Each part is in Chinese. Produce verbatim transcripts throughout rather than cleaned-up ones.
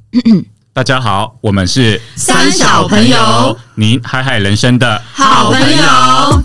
大家好，我们是三小朋友， 您海海人生的好朋友。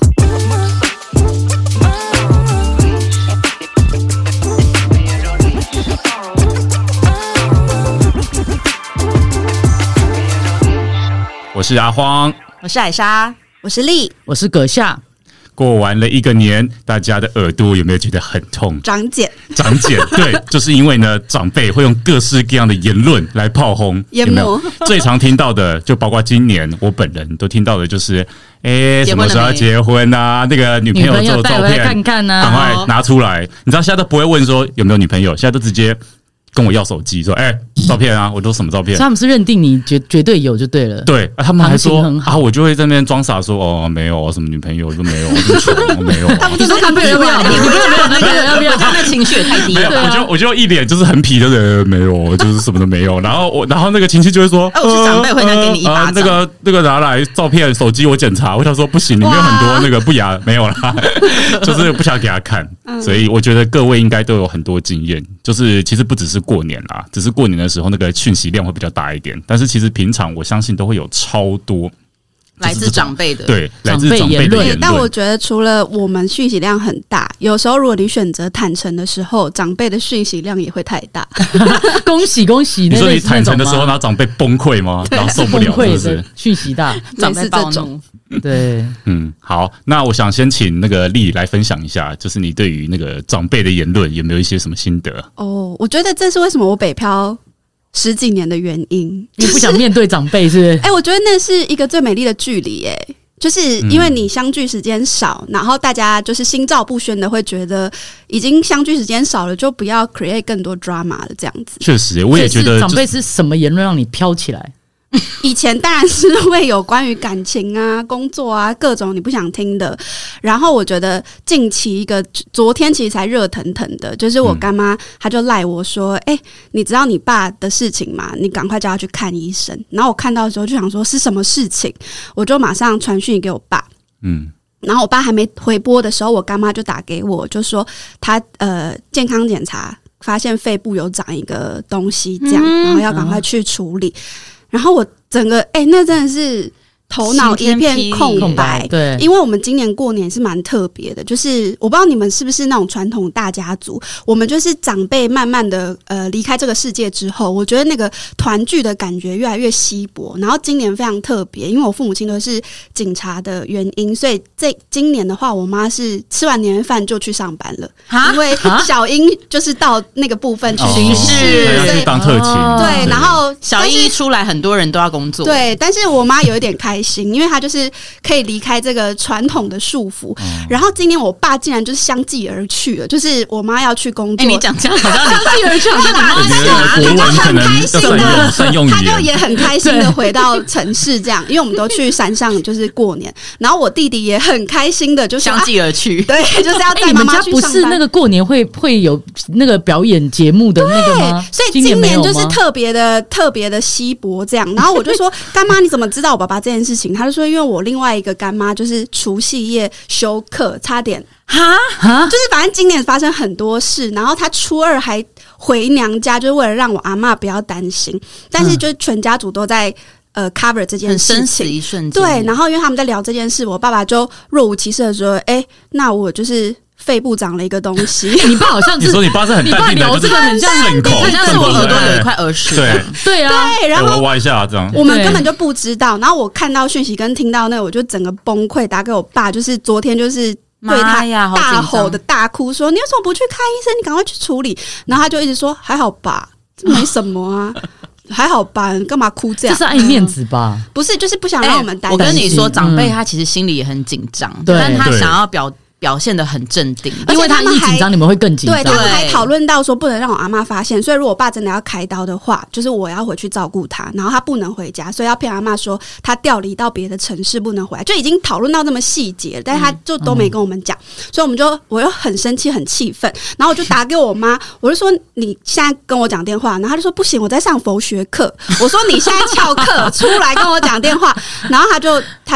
我是阿荒， 我是海莎， 我是丽， 我是阁下。 过完了一个年，大家的耳朵有没有觉得很痛？ 长茧， 长茧，对，就是因为呢，长辈会用各式各样的言论来炮轰， 淹没。 最常听到的，就包括今年我本人都听到的，就是，哎、欸，什么时候要结婚啊？那个女朋友做的照片， 看看啊， 赶快拿出来。你知道现在都不会问说有没有女朋友，现在都直接跟我要手机，说，哎、欸，照片啊，我都什么照片？ 他们是认定你绝绝对有就对了。 对，啊、他们还说啊，我就会在那边装傻说，哦，没有什么女朋友，我就没有，我就穷，我没有。 他们就说他们要不要？你不要没有那个要不要？ 他的情绪也太低了。 我就我就一脸就是很皮的人，没有，就是什么都没有。然后我，然后那个亲戚就会说， 哦，我是长辈，会能给你一巴掌。 那个那个拿来照片、手机，我检查。我想说不行，里面有很多那个不雅，没有啦，就是不想给他看。所以我觉得各位应该都有很多经验，就是其实不只是过年啦，只是过年的时候那个讯息量会比较大一点，但是其实平常我相信都会有超多来自长辈的， 对，来自长辈的言论。 但我觉得除了我们讯息量很大，有时候如果你选择坦诚的时候，长辈的讯息量也会太大。 恭喜恭喜！ 你说你坦诚的时候，然后长辈崩溃吗？然后受不了，是不是？ 讯息大， 长辈暴怒。 对， 嗯，好，那我想先请那个丽来分享一下，就是你对于那个长辈的言论有没有一些什么心得？ 哦，我觉得这是为什么我北漂十几年的原因。 你不想面对长辈是不是？ 哎、欸，我觉得那是一个最美丽的距离，哎，就是因为你相聚时间少，然后大家就是心照不宣的会觉得，已经相聚时间少了，就不要 create 更多 drama 了，这样子。 确实，我也觉得长辈是什么言论让你飘起来？ 以前当然是会有关于感情啊、工作啊各种你不想听的，然后我觉得近期一个昨天其实才热腾腾的，就是我干妈她就赖我说，哎、欸，你知道你爸的事情吗？你赶快叫他去看医生。然后我看到的时候就想说是什么事情，我就马上传讯给我爸，嗯。然后我爸还没回拨的时候，我干妈就打给我，就说他呃健康检查发现肺部有长一个东西，这样，然后要赶快去处理。然后我整个哎、欸，那真的是头脑一片空白， 对， 因为我们今年过年是蛮特别的，就是我不知道你们是不是那种传统大家族，我们就是长辈慢慢的呃离开这个世界之后，我觉得那个团聚的感觉越来越稀薄。然后今年非常特别，因为我父母亲都是警察的原因，所以这今年的话，我妈是吃完年夜饭就去上班了，因为小英就是到那个部分去巡视， 她要去当特勤， 对，然后小英一出来，很多人都要工作， 对，但是我妈有一点开心，因为她就是可以离开这个传统的束缚。嗯、然后今年我爸竟然就是相继而去了，就是我妈要去工作。 哎、欸，你讲这样好像相继而去，他就很开心的，他就也很开心的回到城市，这样，因为我们都去山上就是过年。然后我弟弟也很开心的，就是相继而去， 啊、对，就是要带妈妈去上班。 欸、你们家不是那个过年会会有那个表演节目的那个吗？ 所以今年就是特别的特别的稀薄这样。然后我就说干妈，你怎么知道我爸爸这件事情？他就说因为我另外一个干妈就是除夕夜休克，差点哈哈， 就是反正今年发生很多事，然后他初二还回娘家，就是为了让我阿嬷不要担心，但是就是全家族都在。呃 ，cover 这件事情， 很生死一瞬间。 对，然后因为他们在聊这件事，我爸爸就若无其事的说：“哎、欸，那我就是肺部长了一个东西。欸” 你爸好像是你说你爸是很淡定的， 聊这个很像顺口， 好像是我耳朵有一块耳屎。 对对啊， 对，然后、 欸、我挖一下这样， 我们根本就不知道。然后我看到讯息跟听到那个，我就整个崩溃，打给我爸，就是昨天就是对他大吼的大哭说：“你为什么不去看医生？你赶快去处理。”然后他就一直说：“还好吧，这没什么啊。”还好吧，干嘛哭这样？ 这是爱面子吧？ 不是，就是不想让我们担心。 欸、我跟你说，长辈他其实心里也很紧张，嗯、但他想要表表现得很镇定， 因为他一紧张，你们会更紧张。 对，他们还讨论到说不能让我阿嬷发现，所以如果我爸真的要开刀的话，就是我要回去照顾他，然后他不能回家，所以要骗阿嬷说他调离到别的城市不能回来，就已经讨论到这么细节，但是他就都没跟我们讲，嗯、所以我们就我又很生气很气愤，然后我就打给我妈，我就说你现在跟我讲电话，然后他就说不行，我在上佛学课，我说你现在翘课出来跟我讲电话，然后他就他就。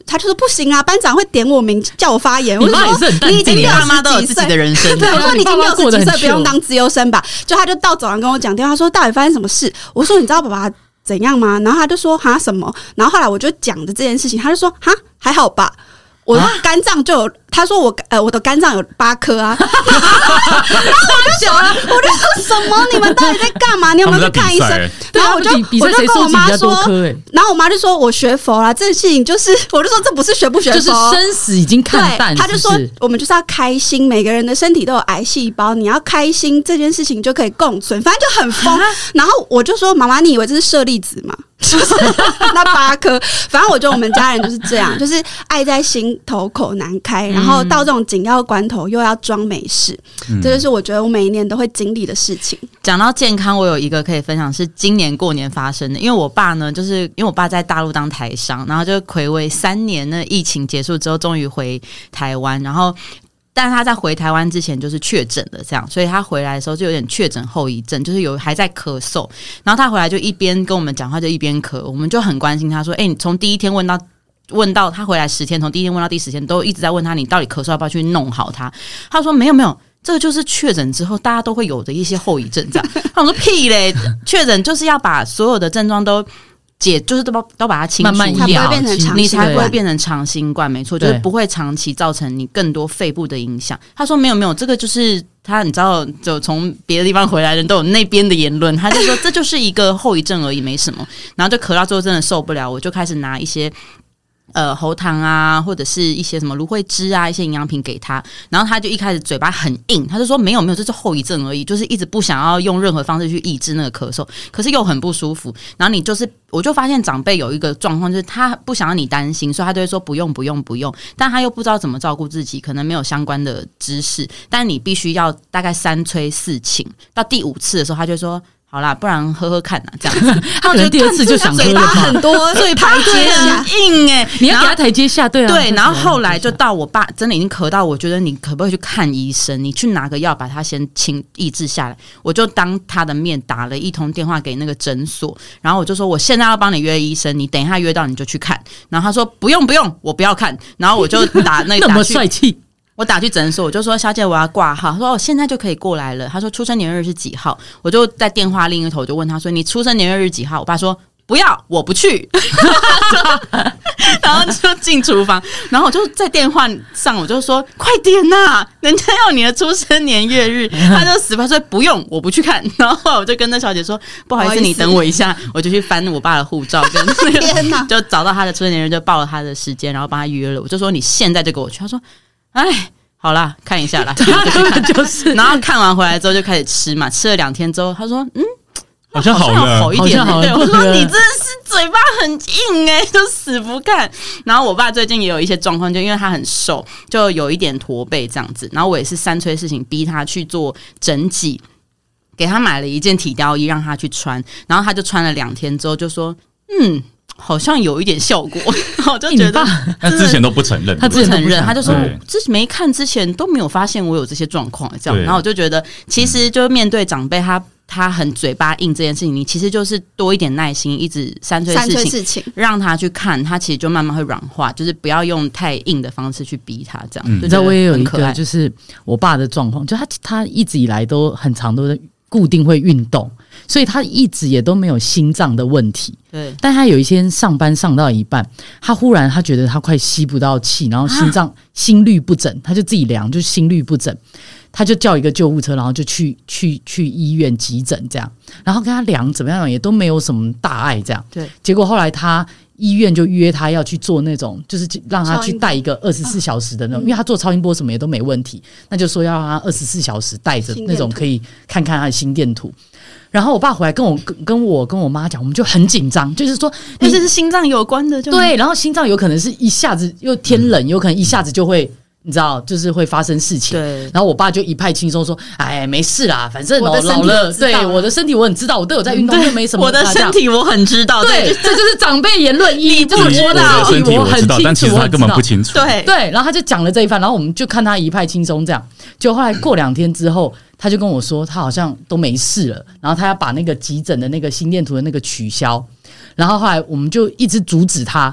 他就说不行啊，班长会点我名叫我发言。 你妈也是很淡定， 你已经你爸妈都有自己的人生， 对，我说你已经六十几岁，不用当资优生吧？就他就到走廊跟我讲电话，说到底发生什么事？我说你知道爸爸怎样吗？然后他就说哈什么？然后后来我就讲的这件事情，他就说哈还好吧。我肝脏就有，他说我呃我的肝脏有八颗啊，然后我就说我就说什么？你们到底在干嘛？你有没有去看医生？然后我就我就跟我妈说，然后我妈就说我学佛啦，这事情就是我就说这不是学不学佛， 就是生死已经看淡。 他就说我们就是要开心，每个人的身体都有癌细胞，你要开心这件事情就可以共存，反正就很疯。然后我就说妈妈，你以为这是舍利子吗？就是那八颗，反正我觉得我们家人就是这样，就是爱在心头口难开，然后到这种紧要关头又要装没事，嗯、这就是我觉得我每一年都会经历的事情。 讲到健康，我有一个可以分享，是今年过年发生的。因为我爸呢，就是因为我爸在大陆当台商，然后就睽违三年，那疫情结束之后，终于回台湾，然后。但他在回台湾之前就是确诊了，这样，所以他回来的时候就有点确诊后遗症，就是有还在咳嗽。然后他回来就一边跟我们讲话，就一边咳，我们就很关心他说：“哎、欸，你从第一天问到问到他回来十天，从第一天问到第十天，都一直在问他你到底咳嗽要不要去弄好他？”他说：“没有没有，这个就是确诊之后大家都会有的一些后遗症。”这样，他说：“屁嘞，确诊就是要把所有的症状都。”解就是都都把它清除掉，你才不会变成长新冠，没错，就是不会长期造成你更多肺部的影响。他说没有没有，这个就是他，你知道，就从别的地方回来的人都有那边的言论，他就说这就是一个后遗症而已，没什么。然后就咳到最后真的受不了，我就开始拿一些。呃，喉糖啊，或者是一些什么芦荟汁啊，一些营养品给他，然后他就一开始嘴巴很硬，他就说没有没有，这是后遗症而已，就是一直不想要用任何方式去抑制那个咳嗽，可是又很不舒服。然后你就是，我就发现长辈有一个状况，就是他不想要你担心，所以他就会说不用不用不用，但他又不知道怎么照顾自己，可能没有相关的知识，但你必须要大概三催四请，到第五次的时候，他就说。好啦，不然喝喝看呐、啊，这样子。 他可能第二次就想喝了嘛， 很多， 所以台阶很硬哎、欸， 你要给他台阶下，对啊， 对。然后后来就到我爸真的已经咳到，我觉得你可不可以去看医生？你去拿个药把他先清抑制下来。我就当他的面打了一通电话给那个诊所，然后我就说我现在要帮你约医生，你等一下约到你就去看。然后他说不用不用，我不要看。然后我就打那个那么帅气。 我打去诊所，我就说小姐我要挂号，他说我、哦、现在就可以过来了。他说出生年月日是几号？我就在电话另一头就问他说你出生年月日几号？我爸说不要，我不去。然后就进厨房，然后我就在电话上我就说快点呐、啊，人家要你的出生年月日。他就死不说不用，我不去看。然后后来我就跟那小姐说不好意思，你等我一下，我就去翻我爸的护照跟那个天哪， 就找到他的出生年月日，就报了他的时间，然后帮他约了。我就说你现在就给我去。他说哎，好啦，看一下啦， 就是， 然后看完回来之后就开始吃嘛，吃了两天之后，他说，嗯， 好像好了， 好一点。对，我说你真的是嘴巴很硬哎、欸，就死不看。然后我爸最近也有一些状况，就因为他很瘦，就有一点驼背这样子。然后我也是三催四请逼他去做整脊，给他买了一件体雕衣让他去穿，然后他就穿了两天之后就说，嗯。好像有一点效果，我就觉得他之前都不承认， 他不承认，他就说之前没看之前都没有发现我有这些状况，这样，然后我就觉得其实就面对长辈他他很嘴巴硬这件事情，你其实就是多一点耐心，一直三催四请，让他去看，他其实就慢慢会软化，就是不要用太硬的方式去逼他，这样。嗯、 你知道我也有一个，就是我爸的状况，就他他一直以来都很常都在固定会运动。所以他一直也都没有心脏的问题， 对。 但他有一天上班上到一半，他忽然他觉得他快吸不到气，然后心脏、啊、心律不整，他就自己量，就心律不整，他就叫一个救护车，然后就去去去医院急诊这样，然后跟他量怎么样也都没有什么大碍这样， 对。 结果后来他医院就约他要去做那种，就是让他去带一个二十四小时的那种，因为他做超音波什么也都没问题，那就说要让他二十四小时带着那种可以看看他的心电图。然后我爸回来跟我跟跟我跟我妈讲，我们就很紧张，就是说但是是心脏有关的就， 对，然后心脏有可能是一下子又天冷，嗯、有可能一下子就会。你知道，就是会发生事情。 对， 然后我爸就一派轻松说：“哎，没事啦，反正我老了，对我的身体我很知道，我都有在运动，就没什么。 我的身体我很知道， 对，这就是长辈言论一， 不知道， 身体我很清楚，但其实他根本不清楚。 对对，然后他就讲了这一番，然后我们就看他一派轻松这样。就后来过两天之后，他就跟我说，他好像都没事了，然后他要把那个急诊的那个心电图的那个取消，然后后来我们就一直阻止他。”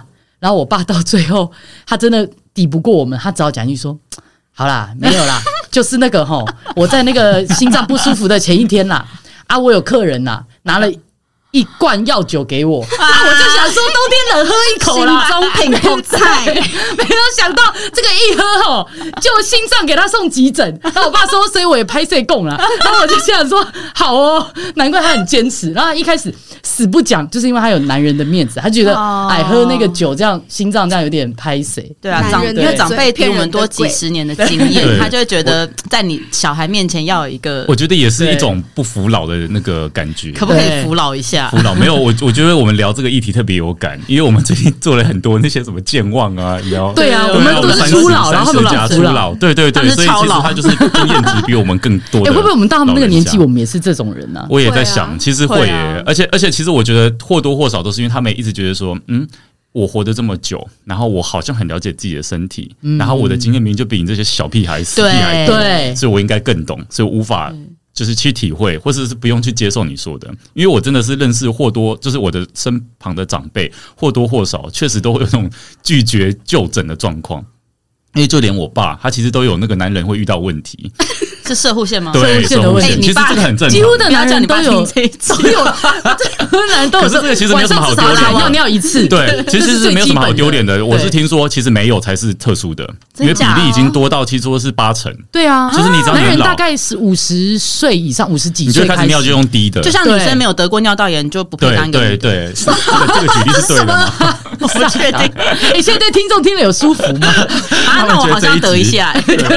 然后我爸到最后他真的抵不过我们，他只好讲一句说：“好啦，没有啦，就是那个齁，我在那个心脏不舒服的前一天啦，啊，我有客人呐，拿了一罐药酒给我，啊，我就想说冬天冷喝一口啦， 心中品不在， 没有想到这个一喝吼，就心脏给他送急诊。然后我爸说，所以我也拍摄供了。然后我就想说，好哦，难怪他很坚持。然后他一开始死不讲，就是因为他有男人的面子，他觉得哎、哦、喝那个酒这样心脏这样有点拍谁？ 对啊，长因为长辈比我们多几十年的经验，他就会觉得在你小孩面前要有一个， 我觉得也是一种不服老的那个感觉， 可不可以服老一下？ 服老没有，我我觉得我们聊这个议题特别有感，因为我们最近做了很多那些什么健忘啊，你知道？ 对啊，我们都是初老，然后他们老初老，对对对，所以其实他就是经验值比我们更多的。 哎、欸，会不会我们到他们那个年纪，我们也是这种人呢、啊？ 我也在想，其实会耶，啊、而且而且，其实我觉得或多或少都是因为他们一直觉得说，嗯。我活得这么久，然后我好像很了解自己的身体，嗯、然后我的经验明明就比你这些小屁孩、死屁孩多，所以我应该更懂，所以我无法就是去体会，或者是不用去接受你说的，因为我真的是认识或多，就是我的身旁的长辈或多或少确实都会有那种拒绝就诊的状况，因为就连我爸，他其实都有那个男人会遇到问题。 是射护线吗？ 对，射护线，其实这个很正常。 几乎的男人都有这一集， 有男人都有。 可是这个其实没有什么好丢脸的， 尿尿一次， 对，其实是没有什么好丢脸的。我是听说，其实没有才是特殊的，因为比例已经多到其实说是八成。 对啊， 就是你知道， 男人大概是五十岁以上，五十几岁你就开始尿就用低的， 就像女生没有得过尿道炎就不配当一个女的。 对对对，这个这个举例是对的吗？ 我不确定。 哎，现在听众听了有舒服吗？ 啊，那我好像得一下。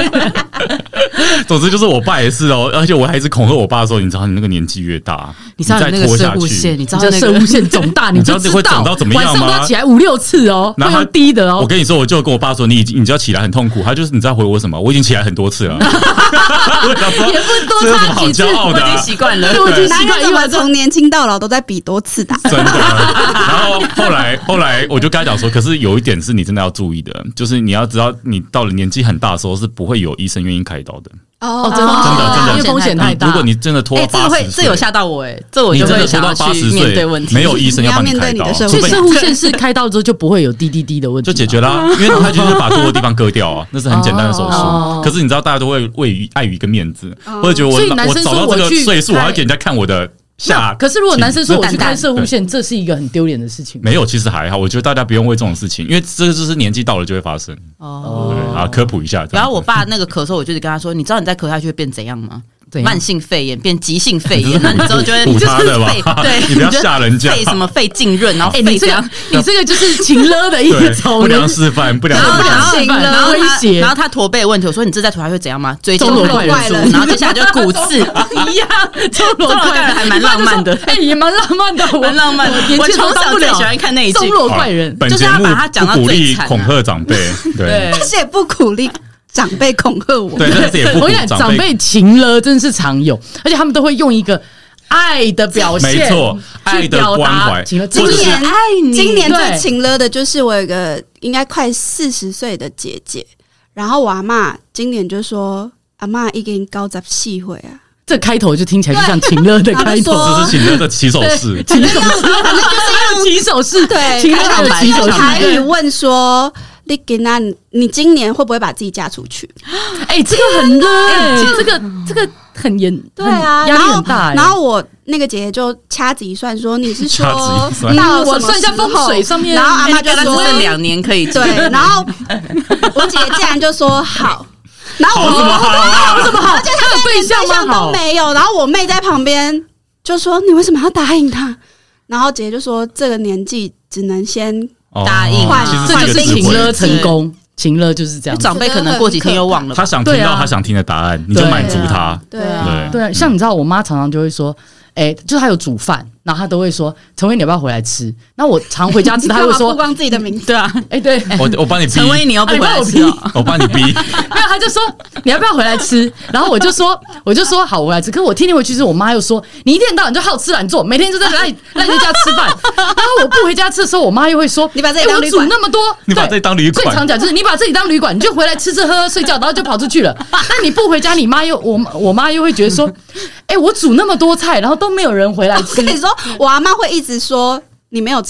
总之就是我爸也是哦，而且我还一直恐吓我爸说，你知道你那个年纪越大， 你知道你那个射护线，你知道那个射护线肿大，你知道会肿到怎么样吗？ 晚上都要起来五六次哦，会用低的哦。 我跟你说，我就跟我爸说，你已经你知道起来很痛苦，他就是你知道回我什么？我已经起来很多次了， 也不多差几次， 我已经习惯了， 我已经习惯，因为从年轻到老都在比多次打， 真的。然后后来后来我就跟他讲说，可是有一点是你真的要注意的，就是你要知道，你到了年纪很大的时候是不会有医生愿意开刀的。 哦， 真的真的真的， 因为风险太大。 如果你真的拖到八十岁， 这有吓到我哎，这我就会想要去面对问题。 没有医生要帮你开刀， 所以射护线是开刀之后就不会有滴滴滴的问题， 就解决啦。因为他就是把多的地方割掉啊，那是很简单的手术。可是你知道，大家都会为于碍于一个面子，或者觉得我我找到这个岁数，我要给人家看我的。下， 可是如果男生说我去开射护线，这是一个很丢脸的事情。 没有，其实还好，我觉得大家不用为这种事情，因为这就是年纪到了就会发生。哦，啊，科普一下。 然后我爸那个咳嗽，我就是跟他说，你知道你再咳下去会变怎样吗？慢性肺炎变急性肺炎，那你之后就会补他的吧？ 对， 你不要吓人家。 肺什么肺浸润，然后肺这样， 你这个就是情勒的一种不良示范，不良示范，然后威胁。然后他驼背的问题，我说你这再驼下去会怎样吗？椎间盘突出，然后接下来就骨刺一样。钟罗怪人还蛮浪漫的， 哎，也蛮浪漫的， 蛮浪漫的。我从小最喜欢看那一集钟罗怪人， 就是他把他讲到最惨， 恐吓长辈，对， 但是也不鼓励。长辈恐吓我， 对，但是也不。 我跟你讲，长辈情勒真是常有，而且他们都会用一个爱的表现， 没错，爱的关怀。 今年爱你，今年最情勒的就是我有个应该快四十岁的姐姐，然后我阿嬷今年就说：“阿嬷已经高十四岁啊。” 这开头就听起来就像情勒的开头， 这是情勒的起手式， 起手式，反正就是用起手式， 对， 情勒的起手式。 台语问说。你给那，你今年会不会把自己嫁出去？ 哎、欸，这个很热、欸，这个这个很严， 对啊， 压力很大、欸。 然后我那个姐姐就掐指一算说，你是说到我算一下风水上面， 然后阿妈就说剩两年可以对，然后我姐姐竟然就说好。然后我说好这么好， 而且她对象都没有。然后我妹在旁边就说：“你为什么要答应他？”然后姐姐就说：“这个年纪只能先。” 答应， 这就是情勒成功，情勒就是这样。 长辈可能过几天又忘了， 他想听到他想听的答案，你就满足他。 对啊， 对，像你知道，我妈常常就会说，哎，就是她有煮饭，然后她都会说：“陈威，你要不要回来吃？”那我常回家吃，她会说：“ 曝光自己的名字。” 对啊， 哎，对， 我我帮你逼， 陈威，你要不回来吃？ 我帮你逼。 没有，他就说你要不要回来吃？然后我就说，我就说好，我回来吃。可是我天天回去之后，我妈又说你一天到晚就好吃懒做，每天就在那里在你家吃饭。然后我不回家吃的时候，我妈又会说你把这里当旅馆， 我煮那么多， 你把这里当旅馆。 最常讲就是你把这里当旅馆，你就回来吃吃喝喝睡觉，然后就跑出去了。但你不回家，你妈又我我妈又会觉得说，哎、欸，我煮那么多菜，然后都没有人回来吃。 我跟你说，我阿妈会一直说。你没有吃，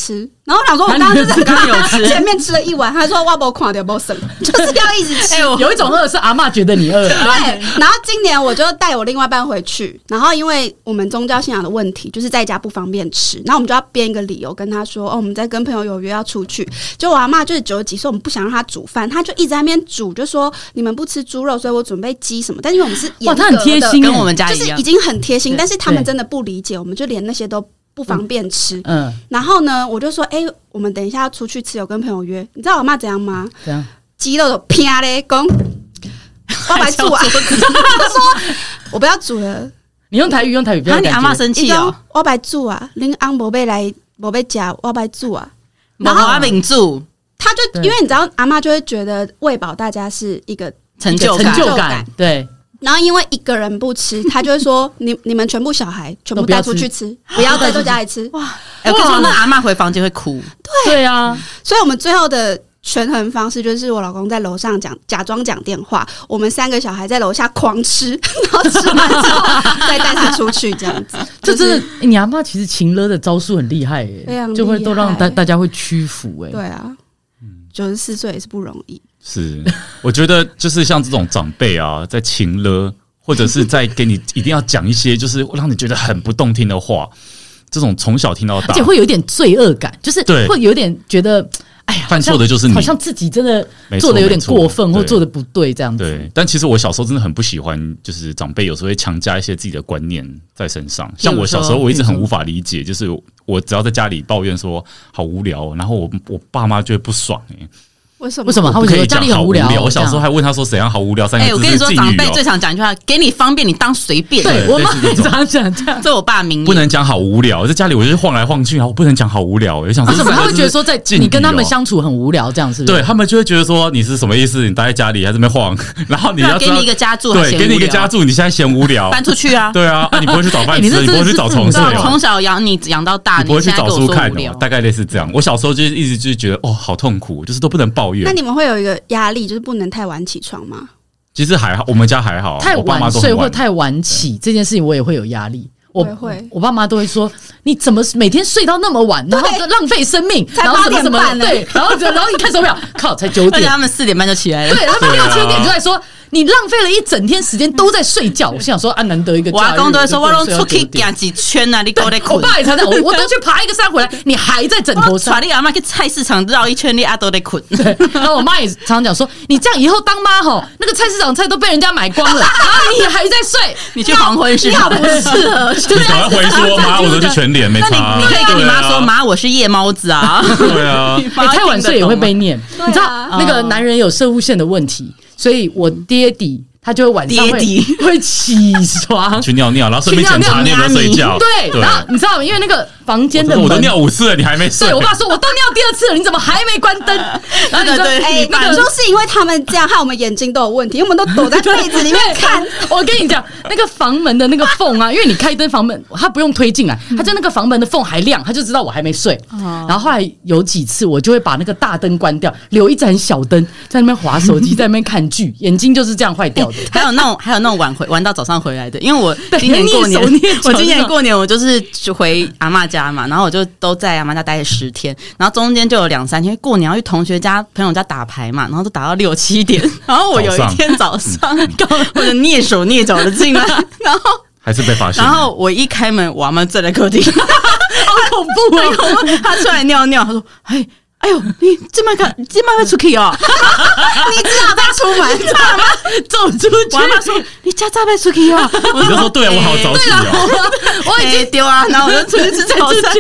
然后我想说，我刚刚就是刚刚有吃前面吃了一碗，他说我没看到没剩，就是要一直吃。 哎有一种饿是阿嬷觉得你饿， 对，然后今年我就带我另外一半回去，然后因为我们宗教信仰的问题，就是在家不方便吃，然后我们就要编一个理由跟他说，哦，我们在跟朋友有约要出去。就我阿嬷就是九十几岁，我们不想让他煮饭，他就一直在那边煮，就说你们不吃猪肉，所以我准备鸡什么。但是因为我们是严格的， 哇，他很贴心， 跟我们家一样， 就是已经很贴心，但是他们对真的不理解，我们就连那些都不方便吃。 嗯， 然后呢，我就说，哎、欸，我们等一下要出去吃，有跟朋友约。你知道我妈怎样吗？ 这样鸡肉都拼嘞，讲我白煮啊，他说我不要煮了。 你用台语用台语，不要你阿嬷生气哦， 我白煮啊，恁翁无要来，无要吃，我白煮啊。 然后阿秉住， 他就因为你知道，阿嬷就会觉得喂饱大家是一个成就感成就感，对。 然后因为一个人不吃，他就会说你你们全部小孩全部带出去吃，不要再在家里吃。哇！ 哎，我跟你说，那阿嬷回房间会哭。 对对啊， 所以我们最后的权衡方式就是我老公在楼上讲，假装讲电话，我们三个小孩在楼下狂吃，然后吃完之后再带他出去，这样子。 这真的，欸你阿嬷其实情勒的招数很厉害耶， 非常厉害就会都让大大家会屈服哎。 对啊，九十四岁也是不容易。 是，我觉得就是像这种长辈啊，在情勒，或者是在给你一定要讲一些就是让你觉得很不动听的话，这种从小听到大， 而且会有点罪恶感，就是会有点觉得，哎呀， 犯错的就是你， 好像自己真的做的有点过分，或做的不对这样子。 对，但其实我小时候真的很不喜欢，就是长辈有时候会强加一些自己的观念在身上。像我小时候，我一直很无法理解，就是我只要在家里抱怨说好无聊，然后我我爸妈就会不爽哎、欸。 为什么？ 为什么他会觉得家里很无聊？ 我小时候还问他说：“怎样好无聊？”三个字、 欸、我跟你说，长辈最常讲一句话：“给你方便，你当随便。” 对我妈也常讲这样， 这我爸名言。 不能讲好无聊，在家里我就是晃来晃去，然后我不能讲好无聊。我想说， 他会觉得说，在你跟他们相处很无聊，这样是不是？ 对他们就会觉得说，你是什么意思？你待在家里还在那边晃，然后你要给你一个家住， 对，给你一个家住，你现在嫌无聊， 搬出去啊！ 对啊，啊你不会去找饭吃，你不会去找同事， 从小养你养到大， 你不会去找书看哦，大概类似这样。我小时候就一直就觉得哦，好痛苦，就是都不能抱怨。 那你们会有一个压力，就是不能太晚起床吗？ 其实还好，我们家还好， 太晚睡或太晚起这件事情，我也会有压力。我会， 我爸妈都会说你怎么每天睡到那么晚，然后浪费生命， 才八点半， 对，然后然后你看手表，靠，才九点， 而且他们四点半就起来了， 对，他们六七点就在说。你浪费了一整天时间都在睡觉，我心想说啊，难得一个假日， 我阿公都会说，我都出去走几圈啊，你都在困。 我爸也常常，我我都去爬一个山回来，你还在枕头上。 把你阿妈去菜市场绕一圈，你阿都在困。 对，然后我妈也常常讲说，你这样以后当妈吼，那个菜市场菜都被人家买光了，啊，你还在睡， 你去黄昏市场不适合。 你赶快回说，妈，我都去全联没差。 那你你可以跟你妈说，妈，我是夜猫子啊。 对啊， 太晚睡也会被念。你知道那个男人有射护腺的问题，所以我爹地。他就会晚上会会起床去尿尿，然后顺便检查你有没有睡觉。 对，然后你知道吗？因为那个房间的门， 我都尿五次了，你还没睡。 对我爸说，我都尿第二次了，你怎么还没关灯？然后你说， 哎，那个就是因为他们这样，害我们眼睛都有问题，因为我们都躲在被子里面看。 我跟你讲，那个房门的那个缝啊，因为你开灯，房门他不用推进来，他就那个房门的缝还亮，他就知道我还没睡。然后后来有几次，我就会把那个大灯关掉，留一盏小灯在那边滑手机，在那边看剧，眼睛就是这样坏掉的。 还有那种，还有那种晚回玩到早上回来的，因为我今年过年，我今年过年我就是回阿嬷家嘛，然后我就都在阿嬷家待了十天，然后中间就有两三天过年要去同学家、朋友家打牌嘛，然后都打到六七点，然后我有一天早上，我就蹑手蹑脚的进来，然后还是被发现， 然后我一开门，我阿嬷坐在客厅，好恐怖哦！她出来尿尿，她说：“哎。”哎呦，你这么看，这么会出去哦？ 你知道他出门， 你知道吗？走出去。我妈说：“你家早被出去哦。” 我就说：“对啊，我好早起哦。” 我已经丢啊，然后我就出去吃早餐。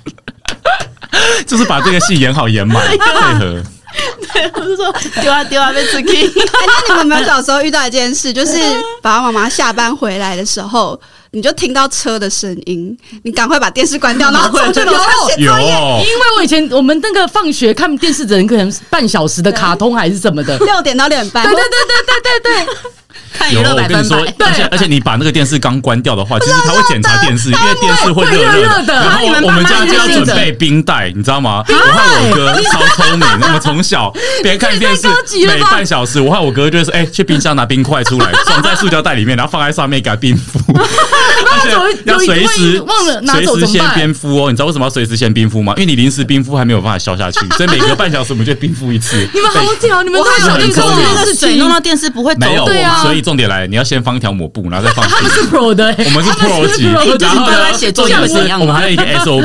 就是把这个戏演好演满，配合。 对，我就说丢啊丢啊被出去。 哎，那你们有没有小时候遇到一件事，就是爸爸妈妈下班回来的时候？你就听到车的声音，你赶快把电视关掉，然后走去楼下写作业。 因为我以前我们那个放学看电视的人可能半小时的卡通还是什么的， 六点到六点半。 对对对对对对对。 看娱乐百分百。 而且而且你把那个电视刚关掉的话，其实他会检查电视，因为电视会热热的。然后我们家就要准备冰袋，你知道吗？我和我哥超聪明，我们从小边看电视每半小时，我和我哥就会说：“哎，去冰箱拿冰块出来，装在塑胶袋里面，然后放在上面给它冰敷。”而且要随时忘了拿走随时先冰敷哦。你知道为什么要随时先冰敷吗？因为你临时冰敷还没有办法消下去，所以每隔半小时我们就冰敷一次。 你们好屌，你们太小就做那个水弄到电视不会走。 没有，所以重点来，你要先放一条抹布，然后再放。 他们是 pro 的， 我们是 pro 级，然后呢，重点是我们还有一个 S O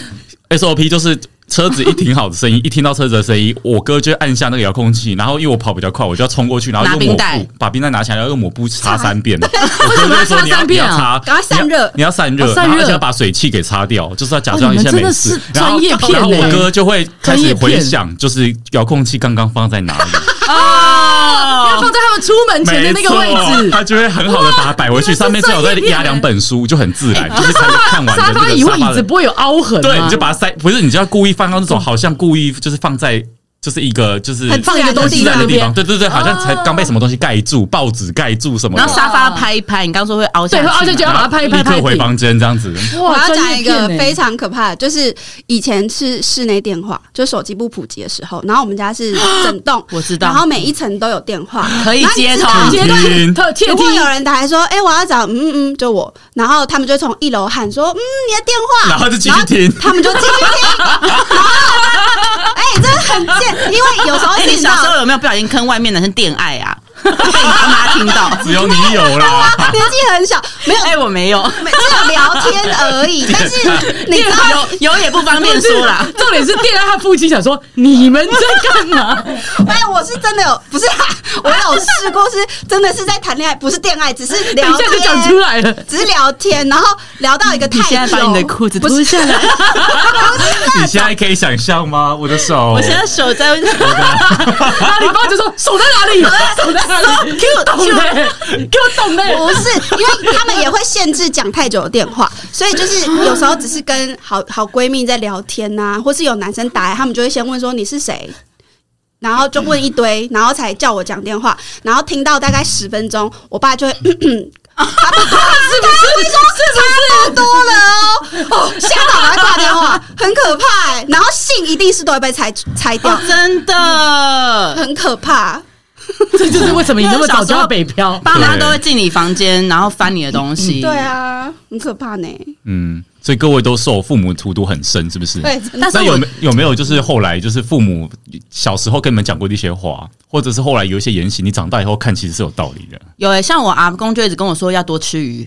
P，S O P 就是车子一停好的声音，一听到车子的声音，我哥就按下那个遥控器，然后因为我跑比较快，我就要冲过去，然后用抹布把冰袋拿起来，然后用抹布擦三遍。我哥就会说你要你要擦， 赶快散热， 你要散热，然后而且要把水汽给擦掉，就是要假装一下没事。 专业片， 然后我哥就会开始回想，就是遥控器刚刚放在哪里。 哦，要放在他们出门前的那个位置， 他就会很好的把它摆回去，上面最好再压两本书，就很自然，就是看看完的那个沙发以后椅子不会有凹痕， 对，你就把它塞，不是，你就要故意放到那种好像故意就是放在。就是一个就是放一个东西在的地方，对对对，好像才刚被什么东西盖住，报纸盖住什么的。 然后沙发拍一拍，你刚说会凹下去， 对，会凹下去，要把它拍一拍， 立刻回房间这样子。 我要讲一个非常可怕的，就是以前是室内电话，就手机不普及的时候，然后我们家是整栋， 我知道， 然后每一层都有电话可以接通， 接听。 如果有人打来说，哎、欸，我要找嗯嗯，就我，然后他们就从一楼喊说，嗯，你的电话， 然后就继续听， 他们就继续听，然后，哎、欸，真的很贱，因为有时候。 哎、欸，你小时候有没有不小心坑外面男生恋爱啊？被你爸妈听到， 只有你有啦。 年纪很小，没有， 哎、欸，我没有， 只有聊天而已。但是你知道有有也不方便说啦。 重点是电爱他父亲想说你们在干嘛？ 哎，我是真的有，不是啊，我有试过，是真的是在谈恋爱，不是恋爱，只是聊天。 一下就讲出来了， 只是聊天，然后聊到一个太久。 你现在把你的裤子脱下来， 你现在可以想象吗？我的手， 我现在手在，然后你爸就说手在哪里？手在。给我懂嘞，给我懂嘞！ 不是，因为他们也会限制讲太久的电话，所以就是有时候只是跟好好闺蜜在聊天呐、啊，或是有男生打来，他们就会先问说你是谁，然后就问一堆，然后才叫我讲电话，然后听到大概十分钟，我爸就会。咳咳差不多，是不是？是不是差不多了哦？哦，吓到赶快挂电话，很可怕、欸。然后信一定是都会被拆拆掉、 哦，真的很可怕。 这就是为什么你那么早就要北漂， 爸妈都会进你房间，然后翻你的东西。 对啊，很可怕呢。 嗯，所以各位都受父母荼毒很深，是不是？ 对。 但是有没有没有就是后来就是父母小时候跟你们讲过的一些话，或者是后来有一些言行，你长大以后看其实是有道理的。 有诶、欸，像我阿公就一直跟我说要多吃鱼。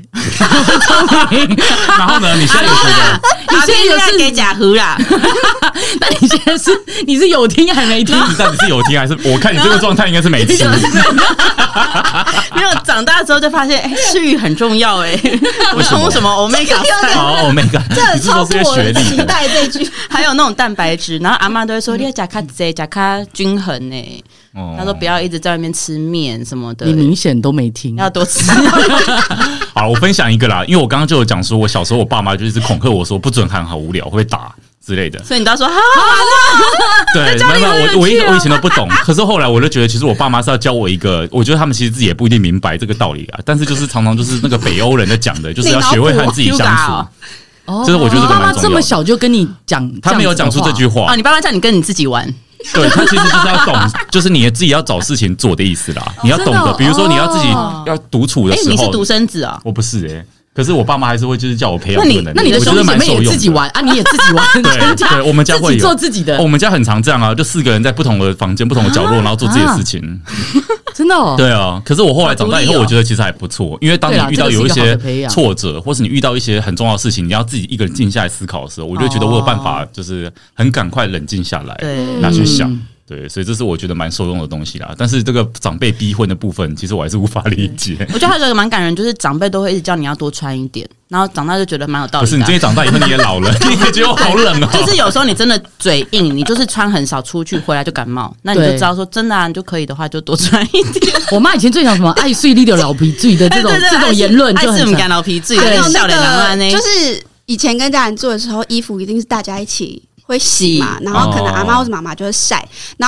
然后呢，你现在有觉得？ 你现在有是给假胡啦？ 那你现在是你是有听还没听？ 你到底是有听还是？我看你这个状态应该是没听。 没有，长大之后就发现，哎、欸，吃鱼很重要哎、欸。我冲什么 omega 三？ 哦 omega， 这很超过我的期待。这句还有那种蛋白质，然后阿嬷都会说，你要加卡这加卡均衡呢、欸。 哦、 他说不要一直在外面吃面什么的。 你明显都没听， 要多吃。 好，我分享一个啦，因为我刚刚就有讲说，我小时候我爸妈就一直恐吓我说不准喊，好无聊，会被打之类的。 所以你都要说好好对，慢慢我我以我以前都不懂，可是后来我就觉得，其实我爸妈是要教我一个，我觉得他们其实自己也不一定明白这个道理啊，但是就是常常就是那个北欧人在讲的，就是要学会和自己相处。 哦， 就是我觉得这个蛮重要的。 爸妈这么小就跟你讲， 他没有讲出这句话啊、哦！你爸妈叫你跟你自己玩。 对，他其实就是要懂，就是你自己要找事情做的意思啦。你要懂得，比如说你要自己要独处的时候， 哎、欸，你是独生子啊、哦？ 我不是哎、欸，可是我爸妈还是会就是叫我培养这个能力。 那你的兄弟姐妹也自己玩啊？你也自己玩？ 对对，我们家会有做自己的、 哦。我们家很常这样啊，就四个人在不同的房间、不同的角落，然后做自己的事情。 真的哦， 对啊。可是我后来长大以后，我觉得其实还不错，因为当你遇到有一些挫折，或是你遇到一些很重要的事情，你要自己一个人静下来思考的时候，我就觉得我有办法，就是很赶快冷静下来，拿去想。对，所以这是我觉得蛮受用的东西啦。但是这个长辈逼婚的部分，其实我还是无法理解。 我觉得还有一个蛮感人，就是长辈都会一直叫你要多穿一点，然后长大就觉得蛮有道理的、啊。 可是你今天长大以后你也老了，你也觉得我好冷哦。 就是有时候你真的嘴硬，你就是穿很少出去，回来就感冒，那你就知道说真的啊，你就可以的话就多穿一点。 我妈以前最讲什么爱睡力的老皮醉的这种这种言论，就很敢老皮醉， 还有那个就是以前跟家人住的时候，衣服一定是大家一起会洗嘛，然后可能阿妈或者妈妈就会晒，然后。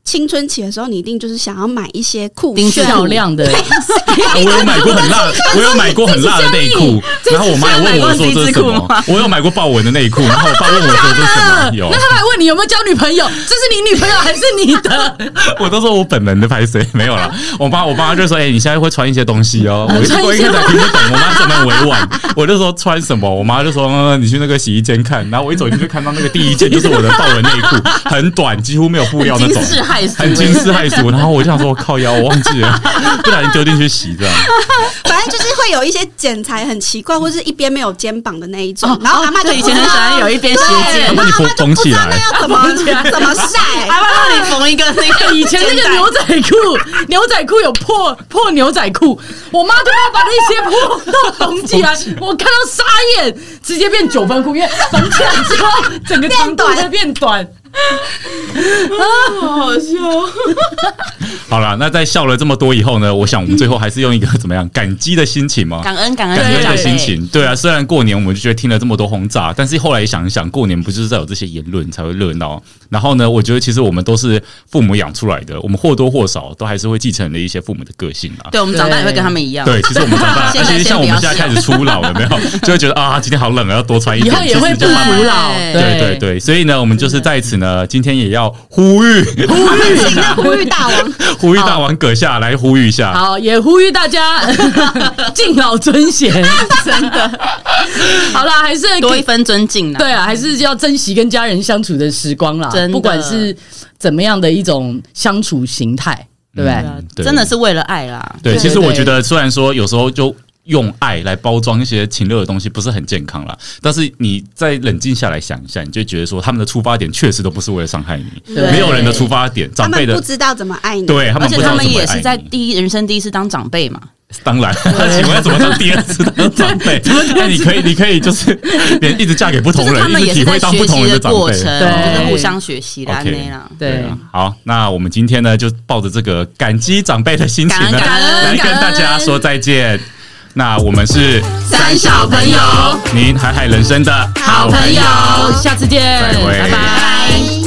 青春期的时候，你一定就是想要买一些酷炫漂亮的。 我有买过很辣，我有买过很辣的内裤，然后我妈也问我说这是什么。我有买过豹纹的内裤，然后我爸问我说这是什么。有， 那他还问你有没有交女朋友？这是你女朋友还是你的？ 我都说我本人的拍谁没有啦。我妈我妈就说：“哎、欸，你现在会穿一些东西哦。”我我一开始还听不懂，我妈怎么委婉，我就说穿什么，我妈就说、嗯：“你去那个洗衣间看。”然后我一走进去看到那个第一件就是我的豹纹内裤，很短，几乎没有布料那种，很惊世骇俗。然后我就想说，我靠腰，我忘记了，不小心丢进去洗这样。 反正就是会有一些剪裁很奇怪，或是一边没有肩膀的那一种。哦、然后阿嬷就以前很喜欢有一边斜肩， 那你缝缝起来， 要怎么怎么晒？ 阿嬷让你缝一个那个以前那个牛仔裤，牛仔裤有破破牛仔裤，我妈就要把那些破都缝起来，我看到傻眼，直接变九分裤，因为缝起来之后整个长度会变短。 啊，好好笑！ 好了，那在笑了这么多以后呢，我想我们最后还是用一个怎么样感激的心情嘛， 感恩感恩感恩的心情。对啊，虽然过年我们就觉得听了这么多轰炸，但是后来想一想，过年不就是在有这些言论才会热闹？然后呢，我觉得其实我们都是父母养出来的，我们或多或少都还是会继承了一些父母的个性啊。 对，我们长大也会跟他们一样。 对，其实我们长大，其实像我们现在开始初老了，没有就会觉得啊，今天好冷啊，要多穿一点。 以后也会不服老。 对对对，所以呢，我们就是在此呢，今天也要呼吁呼吁一下，呼吁大王， 呼吁大王阁下来呼吁一下。 好，也呼吁大家敬老尊贤， 真的。 好啦，还是多一分尊敬啦。 对啊，还是要珍惜跟家人相处的时光啦。不管是怎么样的一种相处形态，对不对？ 嗯、对真的是为了爱啦。 对，其实我觉得，虽然说有时候就用爱来包装一些情乐的东西，不是很健康啦。但是你再冷静下来想一下，你就觉得说，他们的出发点确实都不是为了伤害你。没有人的出发点，长辈的不知道怎么爱你， 对他们不知道怎么爱你， 而且他们也是在第一人生第一次当长辈嘛。 当然，请问怎么当第二次当长辈？那你可以，你可以就是连一直嫁给不同人， 就是、 一直体会当不同人的长辈， 对，就是互相学习啦，那啦。 对， 好，那我们今天呢，就抱着这个感激长辈的心情呢，来跟大家说再见。那我们是三小朋友， 您海海人生的好朋友， 下次见， 再会， 拜拜。